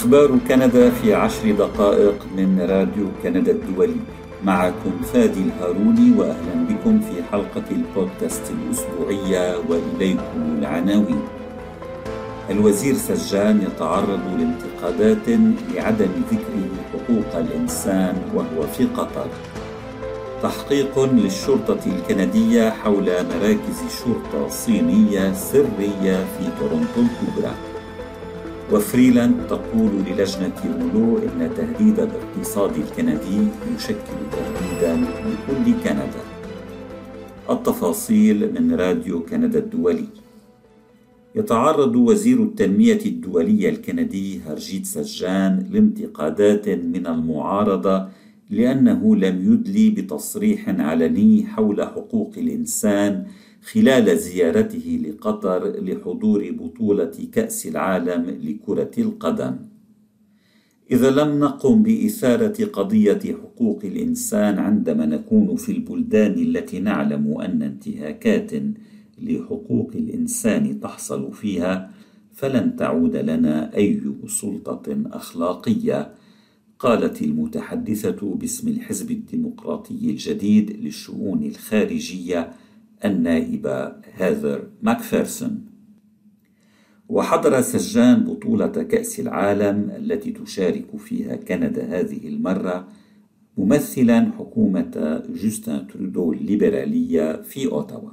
أخبار كندا في 10 دقائق من راديو كندا الدولي. معكم فادي الهاروني، وأهلا بكم في حلقة البودكاست الأسبوعية، وإليكم العناوين. الوزير سجان يتعرض لانتقادات لعدم ذكره حقوق الإنسان وهو في قطر. تحقيق للشرطة الكندية حول مراكز شرطة صينية سرية في تورونتو الكبرى. وفريلاند تقول للجنة أولو إن تهديد الاقتصاد الكندي يشكل تهديدا لكل كندا. التفاصيل من راديو كندا الدولي. يتعرض وزير التنمية الدولية الكندي هرجيت سجان لانتقادات من المعارضة لأنه لم يدلي بتصريح علني حول حقوق الإنسان خلال زيارته لقطر لحضور بطولة كأس العالم لكرة القدم. إذا لم نقم بإثارة قضية حقوق الإنسان عندما نكون في البلدان التي نعلم أن انتهاكات لحقوق الإنسان تحصل فيها، فلن تعود لنا أي سلطة أخلاقية، قالت المتحدثة باسم الحزب الديمقراطي الجديد للشؤون الخارجية النائبة هيثر ماكفيرسون. وحضر سجان بطولة كأس العالم التي تشارك فيها كندا هذه المرة، ممثلا حكومة جوستن ترودو الليبرالية في أوتاوا.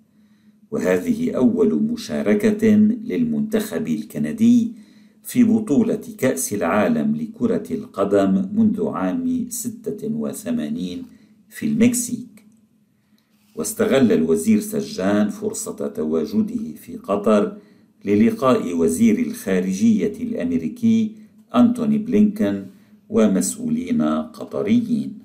وهذه أول مشاركة للمنتخب الكندي في بطولة كأس العالم لكرة القدم منذ عام 86 في المكسيك. واستغل الوزير سجان فرصة تواجده في قطر للقاء وزير الخارجية الأمريكي أنتوني بلينكن ومسؤولين قطريين.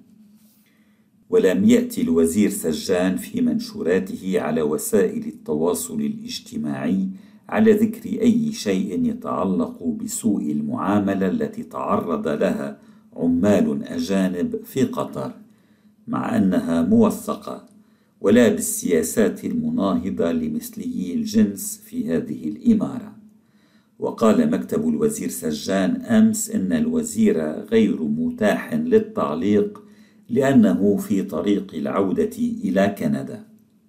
ولم يأتي الوزير سجان في منشوراته على وسائل التواصل الاجتماعي على ذكر أي شيء يتعلق بسوء المعاملة التي تعرض لها عمال أجانب في قطر، مع أنها موثقة، ولا بالسياسات المناهضة لمثلي الجنس في هذه الإمارة. وقال مكتب الوزير سجان أمس إن الوزير غير متاح للتعليق لأنه في طريق العودة إلى كندا.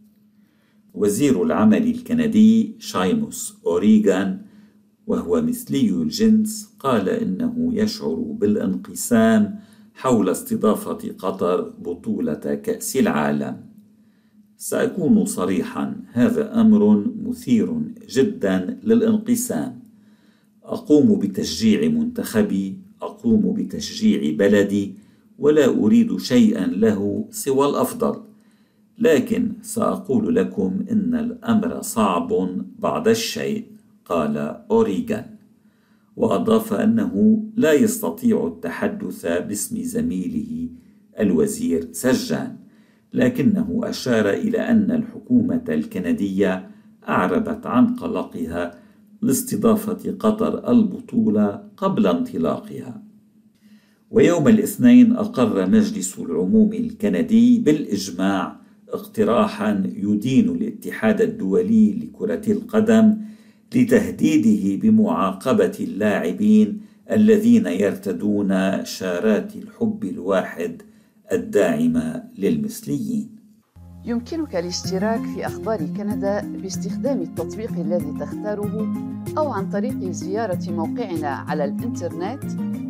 وزير العمل الكندي شايموس أوريغان، وهو مثلي الجنس، قال إنه يشعر بالانقسام حول استضافة قطر بطولة كأس العالم. سأكون صريحا، هذا أمر مثير جدا للانقسام. أقوم بتشجيع منتخبي، أقوم بتشجيع بلدي، ولا أريد شيئا له سوى الأفضل، لكن سأقول لكم إن الأمر صعب بعض الشيء، قال أوريغان. وأضاف أنه لا يستطيع التحدث باسم زميله الوزير سجان، لكنه أشار إلى أن الحكومة الكندية أعربت عن قلقها لاستضافة قطر البطولة قبل انطلاقها. ويوم الاثنين أقر مجلس العموم الكندي بالإجماع اقتراحا يدين الاتحاد الدولي لكرة القدم لتهديده بمعاقبة اللاعبين الذين يرتدون شارات الحب الواحد الداعمة للمثليين. يمكنك الاشتراك في أخبار كندا باستخدام التطبيق الذي تختاره أو عن طريق زيارة موقعنا على الإنترنت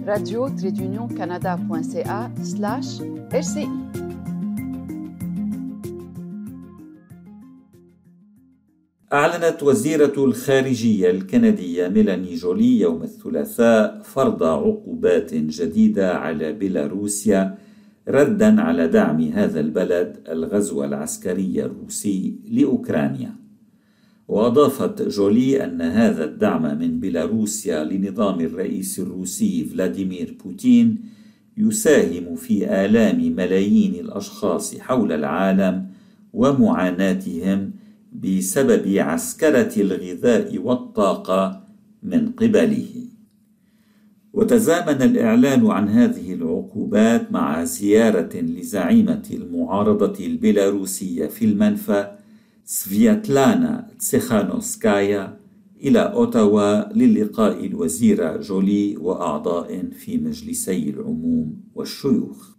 radio-canada.ca/RCI. أعلنت وزيرة الخارجية الكندية ميلاني جولي يوم الثلاثاء فرض عقوبات جديدة على بيلاروسيا رداً على دعم هذا البلد الغزو العسكري الروسي لأوكرانيا. وأضافت جولي أن هذا الدعم من بيلاروسيا لنظام الرئيس الروسي فلاديمير بوتين يساهم في آلام ملايين الأشخاص حول العالم ومعاناتهم بسبب عسكرة الغذاء والطاقة من قبله. وتزامن الإعلان عن هذه العقوبات مع زيارة لزعيمة المعارضة البيلاروسية في المنفى سفياتلانا تسيخانوسكايا إلى أوتاوا للقاء الوزيرة جولي وأعضاء في مجلسي العموم والشيوخ.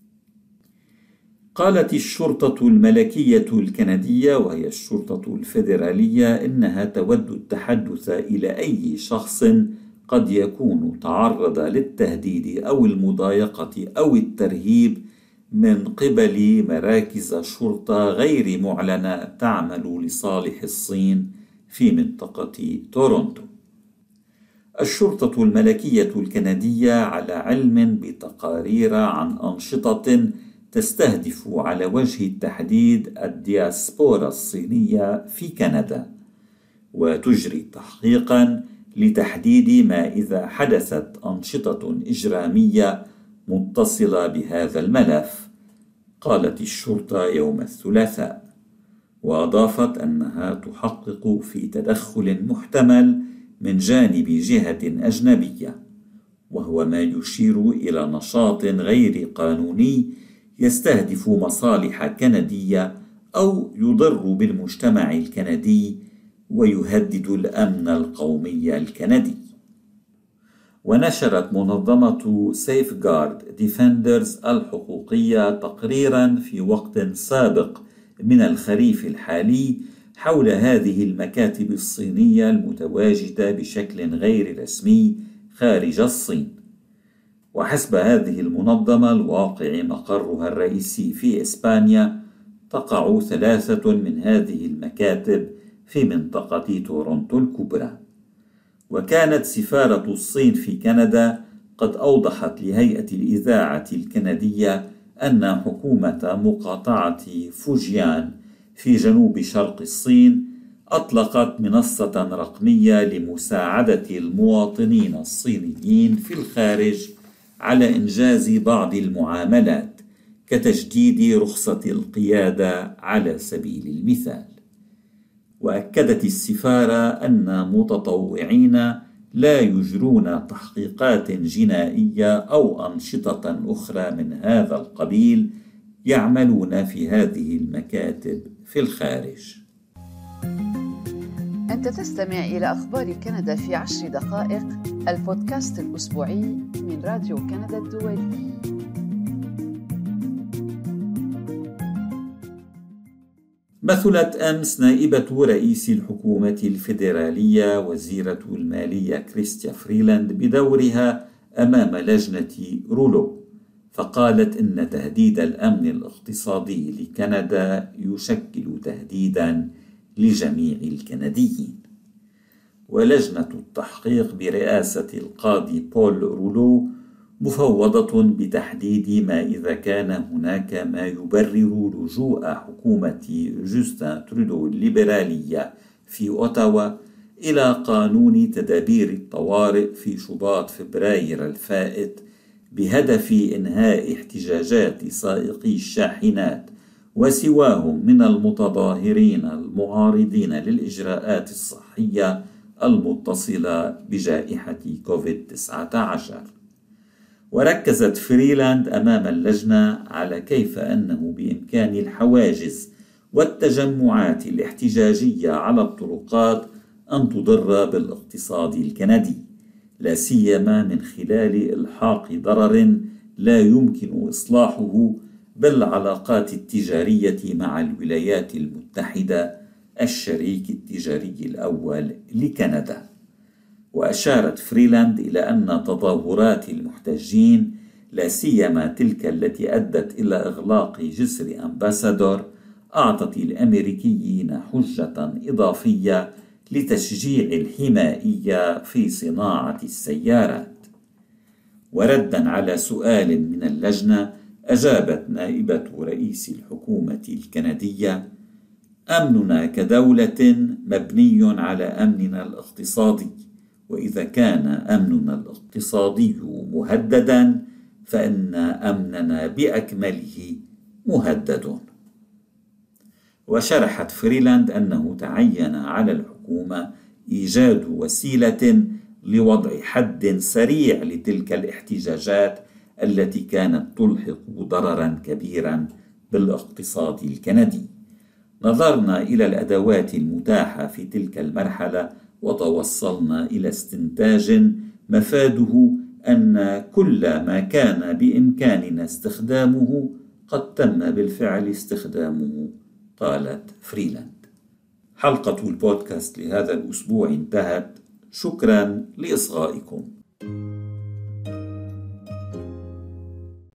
قالت الشرطة الملكية الكندية وهي الشرطة الفيدرالية إنها تود التحدث إلى أي شخص قد يكون تعرض للتهديد أو المضايقة أو الترهيب من قبل مراكز شرطة غير معلنة تعمل لصالح الصين في منطقة تورونتو. الشرطة الملكية الكندية على علم بتقارير عن أنشطة تستهدف على وجه التحديد الدياسبورا الصينية في كندا، وتجري تحقيقا لتحديد ما إذا حدثت أنشطة إجرامية متصلة بهذا الملف، قالت الشرطة يوم الثلاثاء، وأضافت أنها تحقق في تدخل محتمل من جانب جهة أجنبية، وهو ما يشير إلى نشاط غير قانوني يستهدف مصالح كندية أو يضر بالمجتمع الكندي ويهدد الأمن القومي الكندي. ونشرت منظمة Safeguard Defenders الحقوقية تقريرا في وقت سابق من الخريف الحالي حول هذه المكاتب الصينية المتواجدة بشكل غير رسمي خارج الصين. وحسب هذه المنظمة الواقع مقرها الرئيسي في إسبانيا، تقع 3 من هذه المكاتب في منطقة تورونتو الكبرى. وكانت سفارة الصين في كندا قد أوضحت لهيئة الإذاعة الكندية أن حكومة مقاطعة فوجيان في جنوب شرق الصين أطلقت منصة رقمية لمساعدة المواطنين الصينيين في الخارج على إنجاز بعض المعاملات كتجديد رخصة القيادة على سبيل المثال. وأكدت السفارة أن متطوعين لا يجرون تحقيقات جنائية أو أنشطة أخرى من هذا القبيل يعملون في هذه المكاتب في الخارج. أنت تستمع إلى أخبار كندا في 10 دقائق، البودكاست الأسبوعي من راديو كندا الدولي. مثلت أمس نائبة رئيس الحكومة الفيدرالية وزيرة المالية كريستيا فريلاند بدورها أمام لجنة رولو، فقالت إن تهديد الأمن الاقتصادي لكندا يشكل تهديدا لجميع الكنديين. ولجنة التحقيق برئاسة القاضي بول رولو مفوضة بتحديد ما إذا كان هناك ما يبرر لجوء حكومة جوستن ترودو الليبرالية في أوتاوا إلى قانون تدابير الطوارئ في شباط فبراير الفائت بهدف إنهاء احتجاجات سائقي الشاحنات وسواهم من المتظاهرين المعارضين للإجراءات الصحية المتصلة بجائحة كوفيد-19. وركزت فريلاند أمام اللجنة على كيف أنه بإمكان الحواجز والتجمعات الاحتجاجية على الطرقات أن تضر بالاقتصاد الكندي، لا سيما من خلال إلحاق ضرر لا يمكن إصلاحه بالعلاقات التجارية مع الولايات المتحدة الشريك التجاري الأول لكندا. وأشارت فريلاند إلى أن تظاهرات المحتجين لا سيما تلك التي أدت إلى إغلاق جسر أمباسادور أعطت الأمريكيين حجة إضافية لتشجيع الحمائية في صناعة السيارات. وردا على سؤال من اللجنة أجابت نائبة رئيس الحكومة الكندية: أمننا كدولة مبني على أمننا الاقتصادي، وإذا كان أمننا الاقتصادي مهددا فإن أمننا بأكمله مهدد. وشرحت فريلاند أنه تعين على الحكومة إيجاد وسيلة لوضع حد سريع لتلك الاحتجاجات التي كانت تلحق ضررا كبيرا بالاقتصاد الكندي. نظرنا إلى الأدوات المتاحة في تلك المرحلة وتوصلنا إلى استنتاج مفاده أن كل ما كان بإمكاننا استخدامه قد تم بالفعل استخدامه، قالت فريلاند. حلقة البودكاست لهذا الأسبوع انتهت. شكرا لإصغائكم.